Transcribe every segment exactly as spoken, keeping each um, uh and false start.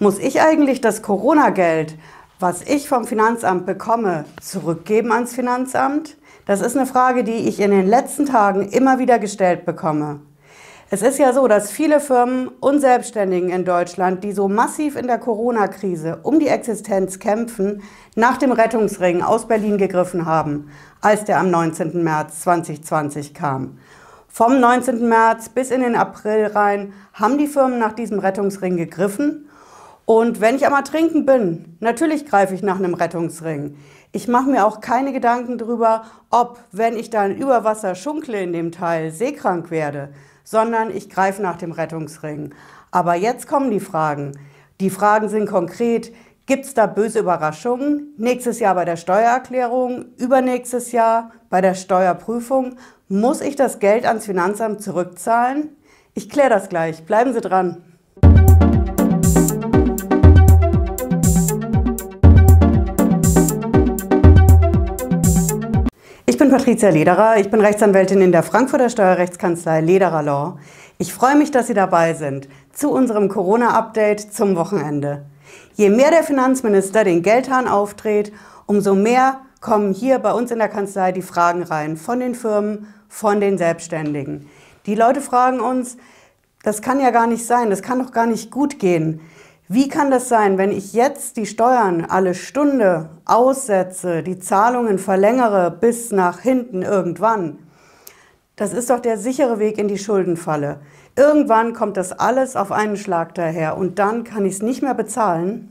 Muss ich eigentlich das Corona-Geld, was ich vom Finanzamt bekomme, zurückgeben ans Finanzamt? Das ist eine Frage, die ich in den letzten Tagen immer wieder gestellt bekomme. Es ist ja so, dass viele Firmen und Selbstständigen in Deutschland, die so massiv in der Corona-Krise um die Existenz kämpfen, nach dem Rettungsring aus Berlin gegriffen haben, als der am neunzehnten März zweitausendzwanzig kam. Vom neunzehnten März bis in den April rein haben die Firmen nach diesem Rettungsring gegriffen. Und wenn ich am Ertrinken bin, natürlich greife ich nach einem Rettungsring. Ich mache mir auch keine Gedanken darüber, ob, wenn ich dann über Wasser schunkle in dem Teil, seekrank werde, sondern ich greife nach dem Rettungsring. Aber jetzt kommen die Fragen. Die Fragen sind konkret: Gibt es da böse Überraschungen? Nächstes Jahr bei der Steuererklärung, übernächstes Jahr bei der Steuerprüfung? Muss ich das Geld ans Finanzamt zurückzahlen? Ich kläre das gleich. Bleiben Sie dran. Ich bin Patricia Lederer, ich bin Rechtsanwältin in der Frankfurter Steuerrechtskanzlei Lederer Law. Ich freue mich, dass Sie dabei sind zu unserem Corona-Update zum Wochenende. Je mehr der Finanzminister den Geldhahn aufdreht, umso mehr kommen hier bei uns in der Kanzlei die Fragen rein von den Firmen, von den Selbstständigen. Die Leute fragen uns, das kann ja gar nicht sein, das kann doch gar nicht gut gehen. Wie kann das sein, wenn ich jetzt die Steuern alle Stunde aussetze, die Zahlungen verlängere bis nach hinten irgendwann? Das ist doch der sichere Weg in die Schuldenfalle. Irgendwann kommt das alles auf einen Schlag daher und dann kann ich es nicht mehr bezahlen.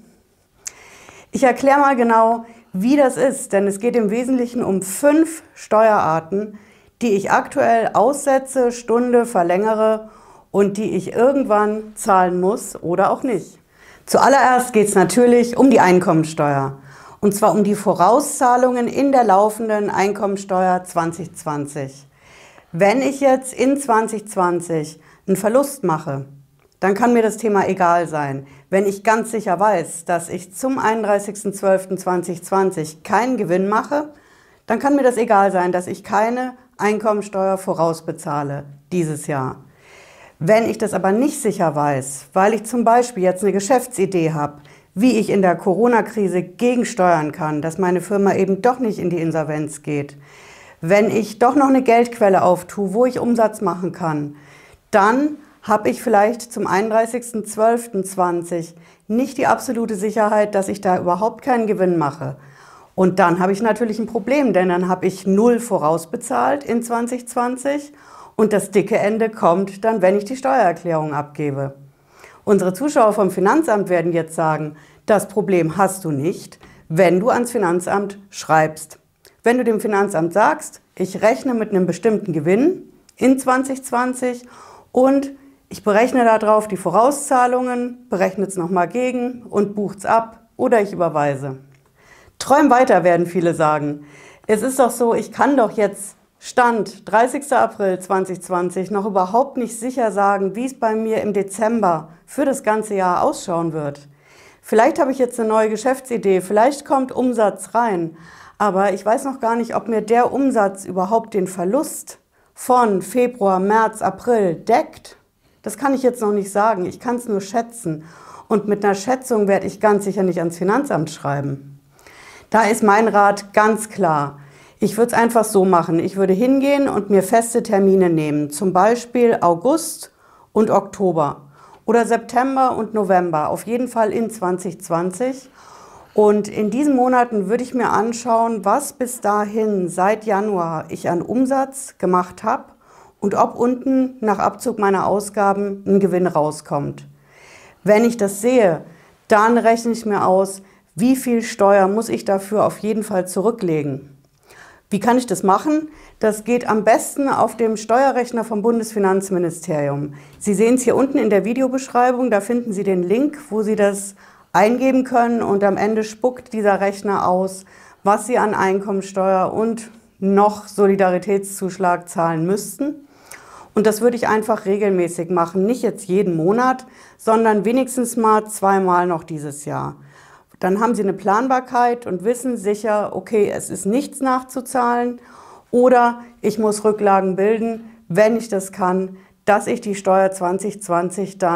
Ich erkläre mal genau, wie das ist, denn es geht im Wesentlichen um fünf Steuerarten, die ich aktuell aussetze, Stunde verlängere und die ich irgendwann zahlen muss oder auch nicht. Zuallererst geht es natürlich um die Einkommensteuer, und zwar um die Vorauszahlungen in der laufenden Einkommensteuer zwanzig zwanzig. Wenn ich jetzt in zwanzig zwanzig einen Verlust mache, dann kann mir das Thema egal sein. Wenn ich ganz sicher weiß, dass ich zum einunddreißigsten zwölften zweitausendzwanzig keinen Gewinn mache, dann kann mir das egal sein, dass ich keine Einkommensteuer vorausbezahle dieses Jahr. Wenn ich das aber nicht sicher weiß, weil ich zum Beispiel jetzt eine Geschäftsidee habe, wie ich in der Corona-Krise gegensteuern kann, dass meine Firma eben doch nicht in die Insolvenz geht, wenn ich doch noch eine Geldquelle auftue, wo ich Umsatz machen kann, dann habe ich vielleicht zum einunddreißigsten zwölften zwanzig nicht die absolute Sicherheit, dass ich da überhaupt keinen Gewinn mache. Und dann habe ich natürlich ein Problem, denn dann habe ich null vorausbezahlt in zwanzig zwanzig. Und das dicke Ende kommt dann, wenn ich die Steuererklärung abgebe. Unsere Zuschauer vom Finanzamt werden jetzt sagen, das Problem hast du nicht, wenn du ans Finanzamt schreibst. Wenn du dem Finanzamt sagst, ich rechne mit einem bestimmten Gewinn in zwanzig zwanzig und ich berechne darauf die Vorauszahlungen, berechne es nochmal gegen und buche es ab oder ich überweise. Träum weiter, werden viele sagen. Es ist doch so, ich kann doch jetzt Stand dreißigster April zweitausendzwanzig noch überhaupt nicht sicher sagen, wie es bei mir im Dezember für das ganze Jahr ausschauen wird. Vielleicht habe ich jetzt eine neue Geschäftsidee, vielleicht kommt Umsatz rein, aber ich weiß noch gar nicht, ob mir der Umsatz überhaupt den Verlust von Februar, März, April deckt. Das kann ich jetzt noch nicht sagen, ich kann es nur schätzen. Und mit einer Schätzung werde ich ganz sicher nicht ans Finanzamt schreiben. Da ist mein Rat ganz klar. Ich würde es einfach so machen. Ich würde hingehen und mir feste Termine nehmen, zum Beispiel August und Oktober oder September und November, auf jeden Fall in zwanzig zwanzig. Und in diesen Monaten würde ich mir anschauen, was bis dahin seit Januar ich an Umsatz gemacht habe und ob unten nach Abzug meiner Ausgaben ein Gewinn rauskommt. Wenn ich das sehe, dann rechne ich mir aus, wie viel Steuer muss ich dafür auf jeden Fall zurücklegen. Wie kann ich das machen? Das geht am besten auf dem Steuerrechner vom Bundesfinanzministerium. Sie sehen es hier unten in der Videobeschreibung, da finden Sie den Link, wo Sie das eingeben können und am Ende spuckt dieser Rechner aus, was Sie an Einkommensteuer und noch Solidaritätszuschlag zahlen müssten. Und das würde ich einfach regelmäßig machen, nicht jetzt jeden Monat, sondern wenigstens mal zweimal noch dieses Jahr. Dann haben Sie eine Planbarkeit und wissen sicher, okay, es ist nichts nachzuzahlen oder ich muss Rücklagen bilden, wenn ich das kann, dass ich die Steuer zwanzig zwanzig dann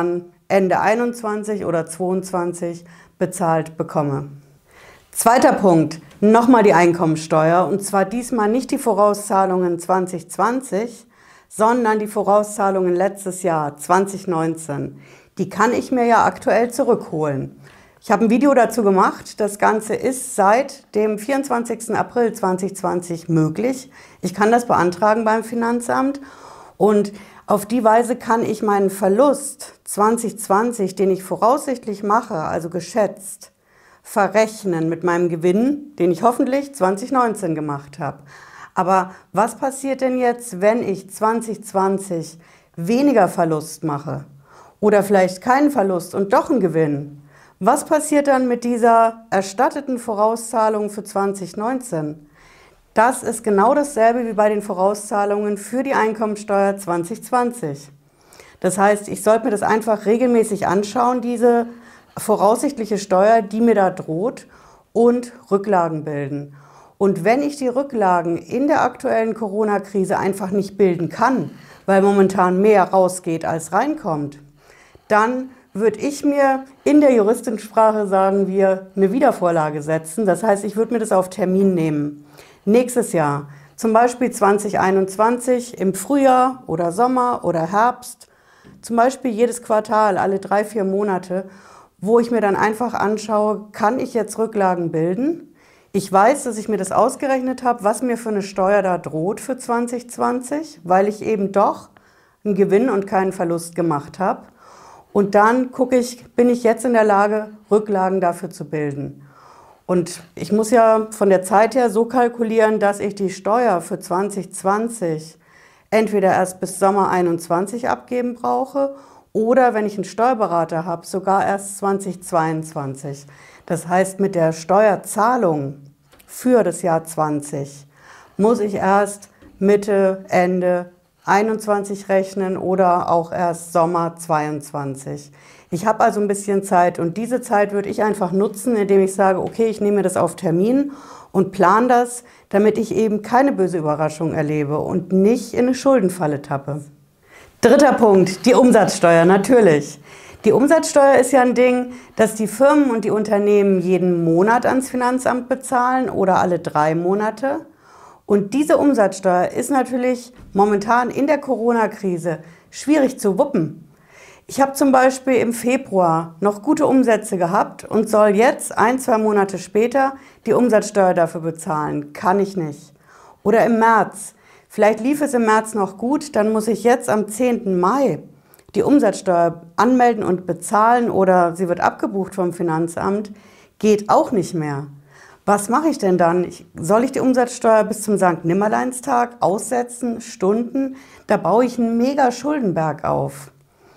Ende einundzwanzig oder zweiundzwanzig bezahlt bekomme. Zweiter Punkt, nochmal die Einkommensteuer, und zwar diesmal nicht die Vorauszahlungen zwanzig zwanzig, sondern die Vorauszahlungen letztes Jahr, zwanzig neunzehn. Die kann ich mir ja aktuell zurückholen. Ich habe ein Video dazu gemacht. Das Ganze ist seit dem vierundzwanzigsten April zweitausendzwanzig möglich. Ich kann das beantragen beim Finanzamt und auf die Weise kann ich meinen Verlust zwanzig zwanzig, den ich voraussichtlich mache, also geschätzt, verrechnen mit meinem Gewinn, den ich hoffentlich zwanzig neunzehn gemacht habe. Aber was passiert denn jetzt, wenn ich zwanzig zwanzig weniger Verlust mache oder vielleicht keinen Verlust und doch einen Gewinn? Was passiert dann mit dieser erstatteten Vorauszahlung für zwanzig neunzehn? Das ist genau dasselbe wie bei den Vorauszahlungen für die Einkommensteuer zwanzig zwanzig. Das heißt, ich sollte mir das einfach regelmäßig anschauen, diese voraussichtliche Steuer, die mir da droht, und Rücklagen bilden. Und wenn ich die Rücklagen in der aktuellen Corona-Krise einfach nicht bilden kann, weil momentan mehr rausgeht als reinkommt, dann würde ich mir in der Juristensprache, sagen wir, eine Wiedervorlage setzen. Das heißt, ich würde mir das auf Termin nehmen. Nächstes Jahr, zum Beispiel zwanzig einundzwanzig, im Frühjahr oder Sommer oder Herbst, zum Beispiel jedes Quartal, alle drei, vier Monate, wo ich mir dann einfach anschaue, kann ich jetzt Rücklagen bilden? Ich weiß, dass ich mir das ausgerechnet habe, was mir für eine Steuer da droht für zwanzig zwanzig, weil ich eben doch einen Gewinn und keinen Verlust gemacht habe. Und dann gucke ich, bin ich jetzt in der Lage, Rücklagen dafür zu bilden. Und ich muss ja von der Zeit her so kalkulieren, dass ich die Steuer für zwanzig zwanzig entweder erst bis Sommer einundzwanzig abgeben brauche oder, wenn ich einen Steuerberater habe, sogar erst zwanzig zweiundzwanzig. Das heißt, mit der Steuerzahlung für das Jahr zwanzig muss ich erst Mitte, Ende einundzwanzig rechnen oder auch erst Sommer zweiundzwanzig. Ich habe also ein bisschen Zeit und diese Zeit würde ich einfach nutzen, indem ich sage, okay, ich nehme das auf Termin und plane das, damit ich eben keine böse Überraschung erlebe und nicht in eine Schuldenfalle tappe. Dritter Punkt, die Umsatzsteuer, natürlich. Die Umsatzsteuer ist ja ein Ding, das die Firmen und die Unternehmen jeden Monat ans Finanzamt bezahlen oder alle drei Monate. Und diese Umsatzsteuer ist natürlich momentan in der Corona-Krise schwierig zu wuppen. Ich habe zum Beispiel im Februar noch gute Umsätze gehabt und soll jetzt ein, zwei Monate später die Umsatzsteuer dafür bezahlen. Kann ich nicht. Oder im März. Vielleicht lief es im März noch gut, dann muss ich jetzt am zehnten Mai die Umsatzsteuer anmelden und bezahlen oder sie wird abgebucht vom Finanzamt. Geht auch nicht mehr. Was mache ich denn dann? Ich, soll ich die Umsatzsteuer bis zum Sankt Nimmerleinstag aussetzen, Stunden? Da baue ich einen mega Schuldenberg auf.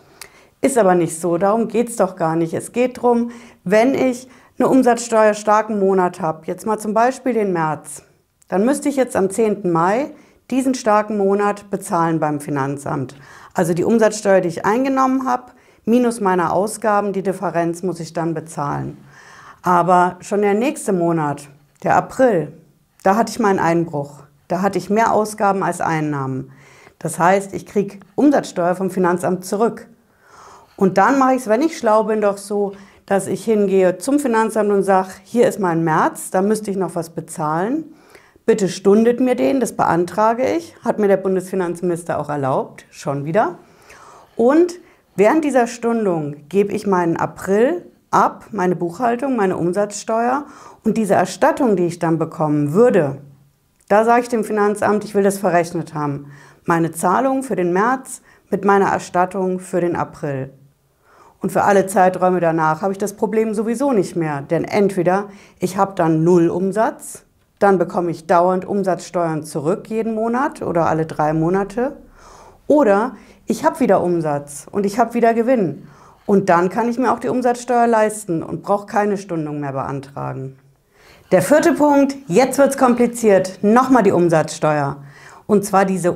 Ist aber nicht so, darum geht es doch gar nicht. Es geht darum, wenn ich einen umsatzsteuerstarken Monat habe, jetzt mal zum Beispiel den März, dann müsste ich jetzt am zehnten Mai diesen starken Monat bezahlen beim Finanzamt. Also die Umsatzsteuer, die ich eingenommen habe, minus meine Ausgaben, die Differenz muss ich dann bezahlen. Aber schon der nächste Monat, der April, da hatte ich meinen Einbruch. Da hatte ich mehr Ausgaben als Einnahmen. Das heißt, ich kriege Umsatzsteuer vom Finanzamt zurück. Und dann mache ich es, wenn ich schlau bin, doch so, dass ich hingehe zum Finanzamt und sage, hier ist mein März, da müsste ich noch was bezahlen. Bitte stundet mir den, das beantrage ich. Hat mir der Bundesfinanzminister auch erlaubt, schon wieder. Und während dieser Stundung gebe ich meinen April ab, meine Buchhaltung, meine Umsatzsteuer, und diese Erstattung, die ich dann bekommen würde, da sage ich dem Finanzamt, ich will das verrechnet haben. Meine Zahlung für den März mit meiner Erstattung für den April. Und für alle Zeiträume danach habe ich das Problem sowieso nicht mehr, denn entweder ich habe dann null Umsatz, dann bekomme ich dauernd Umsatzsteuern zurück jeden Monat oder alle drei Monate, oder ich habe wieder Umsatz und ich habe wieder Gewinn. Und dann kann ich mir auch die Umsatzsteuer leisten und brauche keine Stundung mehr beantragen. Der vierte Punkt, jetzt wird es kompliziert, nochmal die Umsatzsteuer. Und zwar diese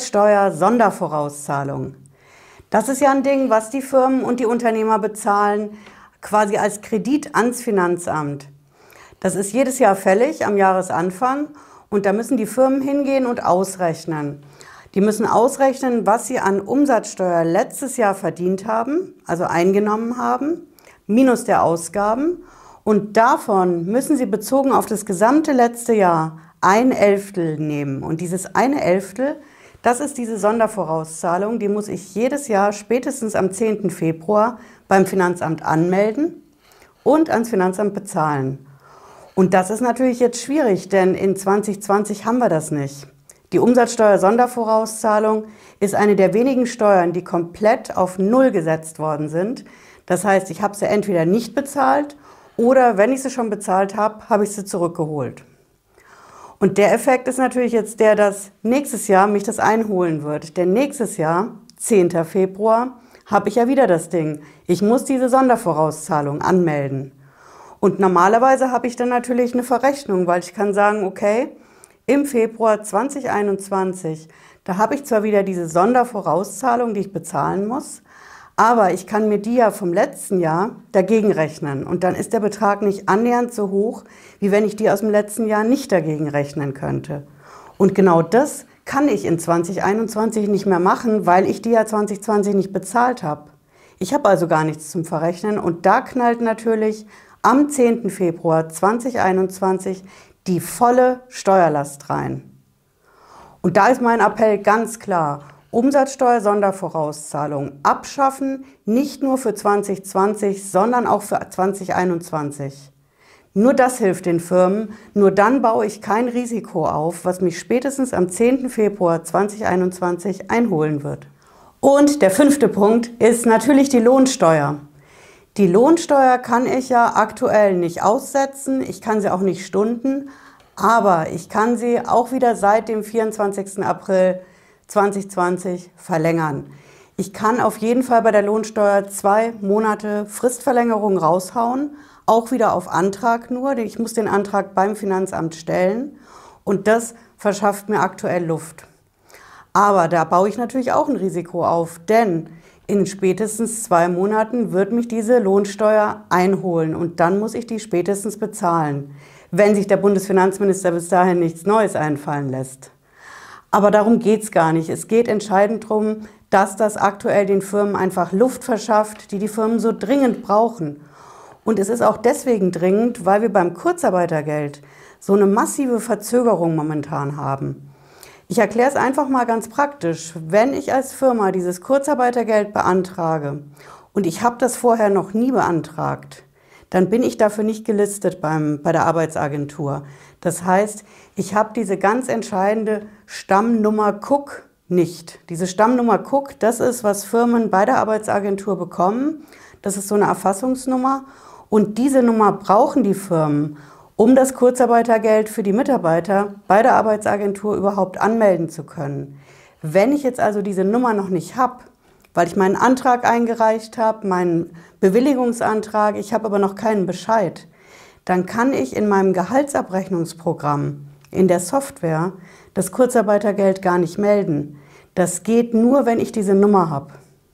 Umsatzsteuer-Sondervorauszahlung. Das ist ja ein Ding, was die Firmen und die Unternehmer bezahlen, quasi als Kredit ans Finanzamt. Das ist jedes Jahr fällig am Jahresanfang und da müssen die Firmen hingehen und ausrechnen. Die müssen ausrechnen, was sie an Umsatzsteuer letztes Jahr verdient haben, also eingenommen haben, minus der Ausgaben. Und davon müssen sie bezogen auf das gesamte letzte Jahr ein Elftel nehmen. Und dieses eine Elftel, das ist diese Sondervorauszahlung, die muss ich jedes Jahr spätestens am zehnten Februar beim Finanzamt anmelden und ans Finanzamt bezahlen. Und das ist natürlich jetzt schwierig, denn in zwanzig zwanzig haben wir das nicht. Die Umsatzsteuer-Sondervorauszahlung ist eine der wenigen Steuern, die komplett auf Null gesetzt worden sind. Das heißt, ich habe sie entweder nicht bezahlt oder wenn ich sie schon bezahlt habe, habe ich sie zurückgeholt. Und der Effekt ist natürlich jetzt der, dass nächstes Jahr mich das einholen wird. Denn nächstes Jahr, zehnten Februar, habe ich ja wieder das Ding. Ich muss diese Sondervorauszahlung anmelden. Und normalerweise habe ich dann natürlich eine Verrechnung, weil ich kann sagen, okay, im Februar zweitausendeinundzwanzig, da habe ich zwar wieder diese Sondervorauszahlung, die ich bezahlen muss, aber ich kann mir die ja vom letzten Jahr dagegen rechnen. Und dann ist der Betrag nicht annähernd so hoch, wie wenn ich die aus dem letzten Jahr nicht dagegen rechnen könnte. Und genau das kann ich in zweitausendeinundzwanzig nicht mehr machen, weil ich die ja zwanzig zwanzig nicht bezahlt habe. Ich habe also gar nichts zum Verrechnen und da knallt natürlich am zehnten Februar zweitausendeinundzwanzig die volle Steuerlast rein. Und da ist mein Appell ganz klar: Umsatzsteuer-Sondervorauszahlung abschaffen, nicht nur für zwanzig zwanzig, sondern auch für zweitausendeinundzwanzig. Nur das hilft den Firmen, nur dann baue ich kein Risiko auf, was mich spätestens am zehnten Februar zweitausendeinundzwanzig einholen wird. Und der fünfte Punkt ist natürlich die Lohnsteuer. Die Lohnsteuer kann ich ja aktuell nicht aussetzen, ich kann sie auch nicht stunden, aber ich kann sie auch wieder seit dem vierundzwanzigsten April zweitausendzwanzig verlängern. Ich kann auf jeden Fall bei der Lohnsteuer zwei Monate Fristverlängerung raushauen, auch wieder auf Antrag nur. Ich muss den Antrag beim Finanzamt stellen und das verschafft mir aktuell Luft. Aber da baue ich natürlich auch ein Risiko auf, denn in spätestens zwei Monaten wird mich diese Lohnsteuer einholen und dann muss ich die spätestens bezahlen, wenn sich der Bundesfinanzminister bis dahin nichts Neues einfallen lässt. Aber darum geht es gar nicht. Es geht entscheidend darum, dass das aktuell den Firmen einfach Luft verschafft, die die Firmen so dringend brauchen. Und es ist auch deswegen dringend, weil wir beim Kurzarbeitergeld so eine massive Verzögerung momentan haben. Ich erkläre es einfach mal ganz praktisch. Wenn ich als Firma dieses Kurzarbeitergeld beantrage und ich habe das vorher noch nie beantragt, dann bin ich dafür nicht gelistet beim, bei der Arbeitsagentur. Das heißt, ich habe diese ganz entscheidende Stammnummer Cook nicht. Diese Stammnummer Cook, das ist, was Firmen bei der Arbeitsagentur bekommen. Das ist so eine Erfassungsnummer und diese Nummer brauchen die Firmen, um das Kurzarbeitergeld für die Mitarbeiter bei der Arbeitsagentur überhaupt anmelden zu können. Wenn ich jetzt also diese Nummer noch nicht habe, weil ich meinen Antrag eingereicht habe, meinen Bewilligungsantrag, ich habe aber noch keinen Bescheid, dann kann ich in meinem Gehaltsabrechnungsprogramm, in der Software, das Kurzarbeitergeld gar nicht melden. Das geht nur, wenn ich diese Nummer habe.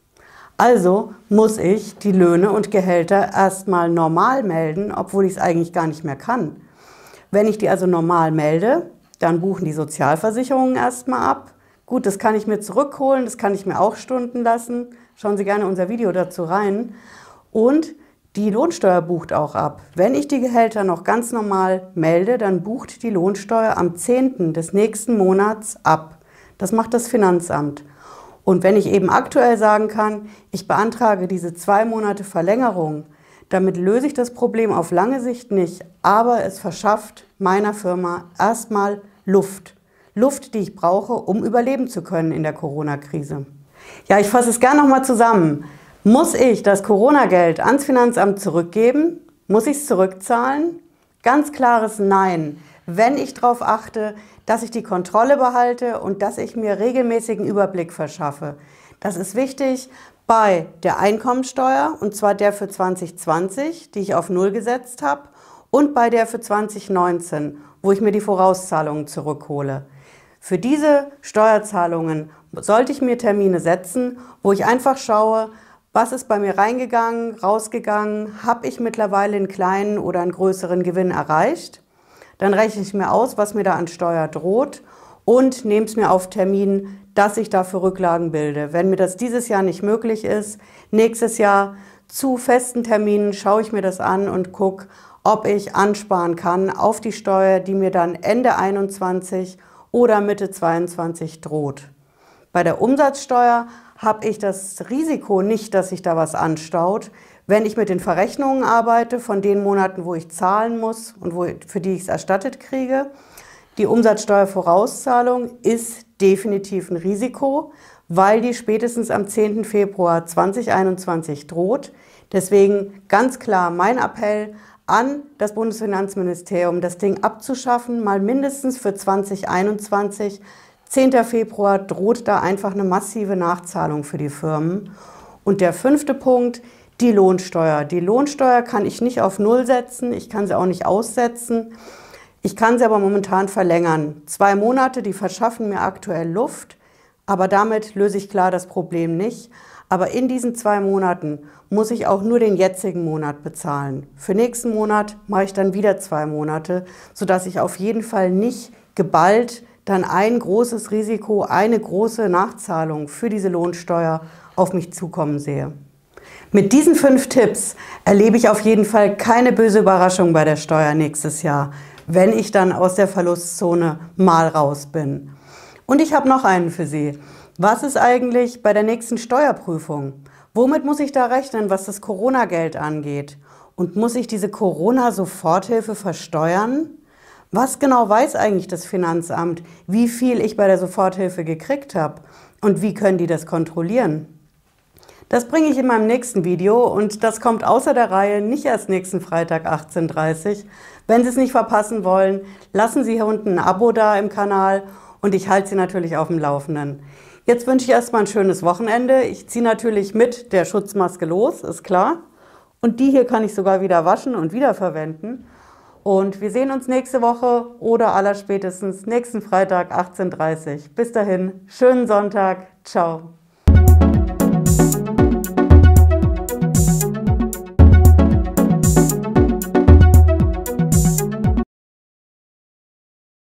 Also muss ich die Löhne und Gehälter erstmal normal melden, obwohl ich es eigentlich gar nicht mehr kann. Wenn ich die also normal melde, dann buchen die Sozialversicherungen erstmal ab. Gut, das kann ich mir zurückholen, das kann ich mir auch stunden lassen. Schauen Sie gerne unser Video dazu rein. Und die Lohnsteuer bucht auch ab. Wenn ich die Gehälter noch ganz normal melde, dann bucht die Lohnsteuer am zehnten des nächsten Monats ab. Das macht das Finanzamt. Und wenn ich eben aktuell sagen kann, ich beantrage diese zwei Monate Verlängerung, damit löse ich das Problem auf lange Sicht nicht, aber es verschafft meiner Firma erstmal Luft. Luft, die ich brauche, um überleben zu können in der Corona-Krise. Ja, ich fasse es gerne nochmal zusammen. Muss ich das Corona-Geld ans Finanzamt zurückgeben? Muss ich es zurückzahlen? Ganz klares Nein, wenn ich darauf achte, dass ich die Kontrolle behalte und dass ich mir regelmäßigen Überblick verschaffe. Das ist wichtig bei der Einkommensteuer, und zwar der für zwanzig zwanzig, die ich auf Null gesetzt habe, und bei der für zwanzig neunzehn, wo ich mir die Vorauszahlungen zurückhole. Für diese Steuerzahlungen sollte ich mir Termine setzen, wo ich einfach schaue, was ist bei mir reingegangen, rausgegangen, habe ich mittlerweile einen kleinen oder einen größeren Gewinn erreicht. Dann rechne ich mir aus, was mir da an Steuer droht und nehme es mir auf Termin dass ich dafür Rücklagen bilde. Wenn mir das dieses Jahr nicht möglich ist, nächstes Jahr zu festen Terminen schaue ich mir das an und gucke, ob ich ansparen kann auf die Steuer, die mir dann Ende einundzwanzig oder Mitte zweiundzwanzig droht. Bei der Umsatzsteuer habe ich das Risiko nicht, dass sich da was anstaut, wenn ich mit den Verrechnungen arbeite von den Monaten, wo ich zahlen muss und wo, für die ich es erstattet kriege. Die Umsatzsteuervorauszahlung ist definitiv ein Risiko, weil die spätestens am zehnten Februar zweitausendeinundzwanzig droht. Deswegen ganz klar mein Appell an das Bundesfinanzministerium, das Ding abzuschaffen, mal mindestens für zweitausendeinundzwanzig. zehnten Februar droht da einfach eine massive Nachzahlung für die Firmen. Und der fünfte Punkt, die Lohnsteuer. Die Lohnsteuer kann ich nicht auf Null setzen, ich kann sie auch nicht aussetzen. Ich kann sie aber momentan verlängern. Zwei Monate, die verschaffen mir aktuell Luft, aber damit löse ich klar das Problem nicht. Aber in diesen zwei Monaten muss ich auch nur den jetzigen Monat bezahlen. Für nächsten Monat mache ich dann wieder zwei Monate, sodass ich auf jeden Fall nicht geballt dann ein großes Risiko, eine große Nachzahlung für diese Lohnsteuer auf mich zukommen sehe. Mit diesen fünf Tipps erlebe ich auf jeden Fall keine böse Überraschung bei der Steuer nächstes Jahr, wenn ich dann aus der Verlustzone mal raus bin. Und ich habe noch einen für Sie. Was ist eigentlich bei der nächsten Steuerprüfung? Womit muss ich da rechnen, was das Corona-Geld angeht? Und muss ich diese Corona-Soforthilfe versteuern? Was genau weiß eigentlich das Finanzamt, wie viel ich bei der Soforthilfe gekriegt habe? Und wie können die das kontrollieren? Das bringe ich in meinem nächsten Video und das kommt außer der Reihe nicht erst nächsten Freitag achtzehn Uhr dreißig. Wenn Sie es nicht verpassen wollen, lassen Sie hier unten ein Abo da im Kanal und ich halte Sie natürlich auf dem Laufenden. Jetzt wünsche ich erstmal ein schönes Wochenende. Ich ziehe natürlich mit der Schutzmaske los, ist klar. Und die hier kann ich sogar wieder waschen und wiederverwenden. Und wir sehen uns nächste Woche oder allerspätestens nächsten Freitag achtzehn Uhr dreißig. Bis dahin, schönen Sonntag. Ciao.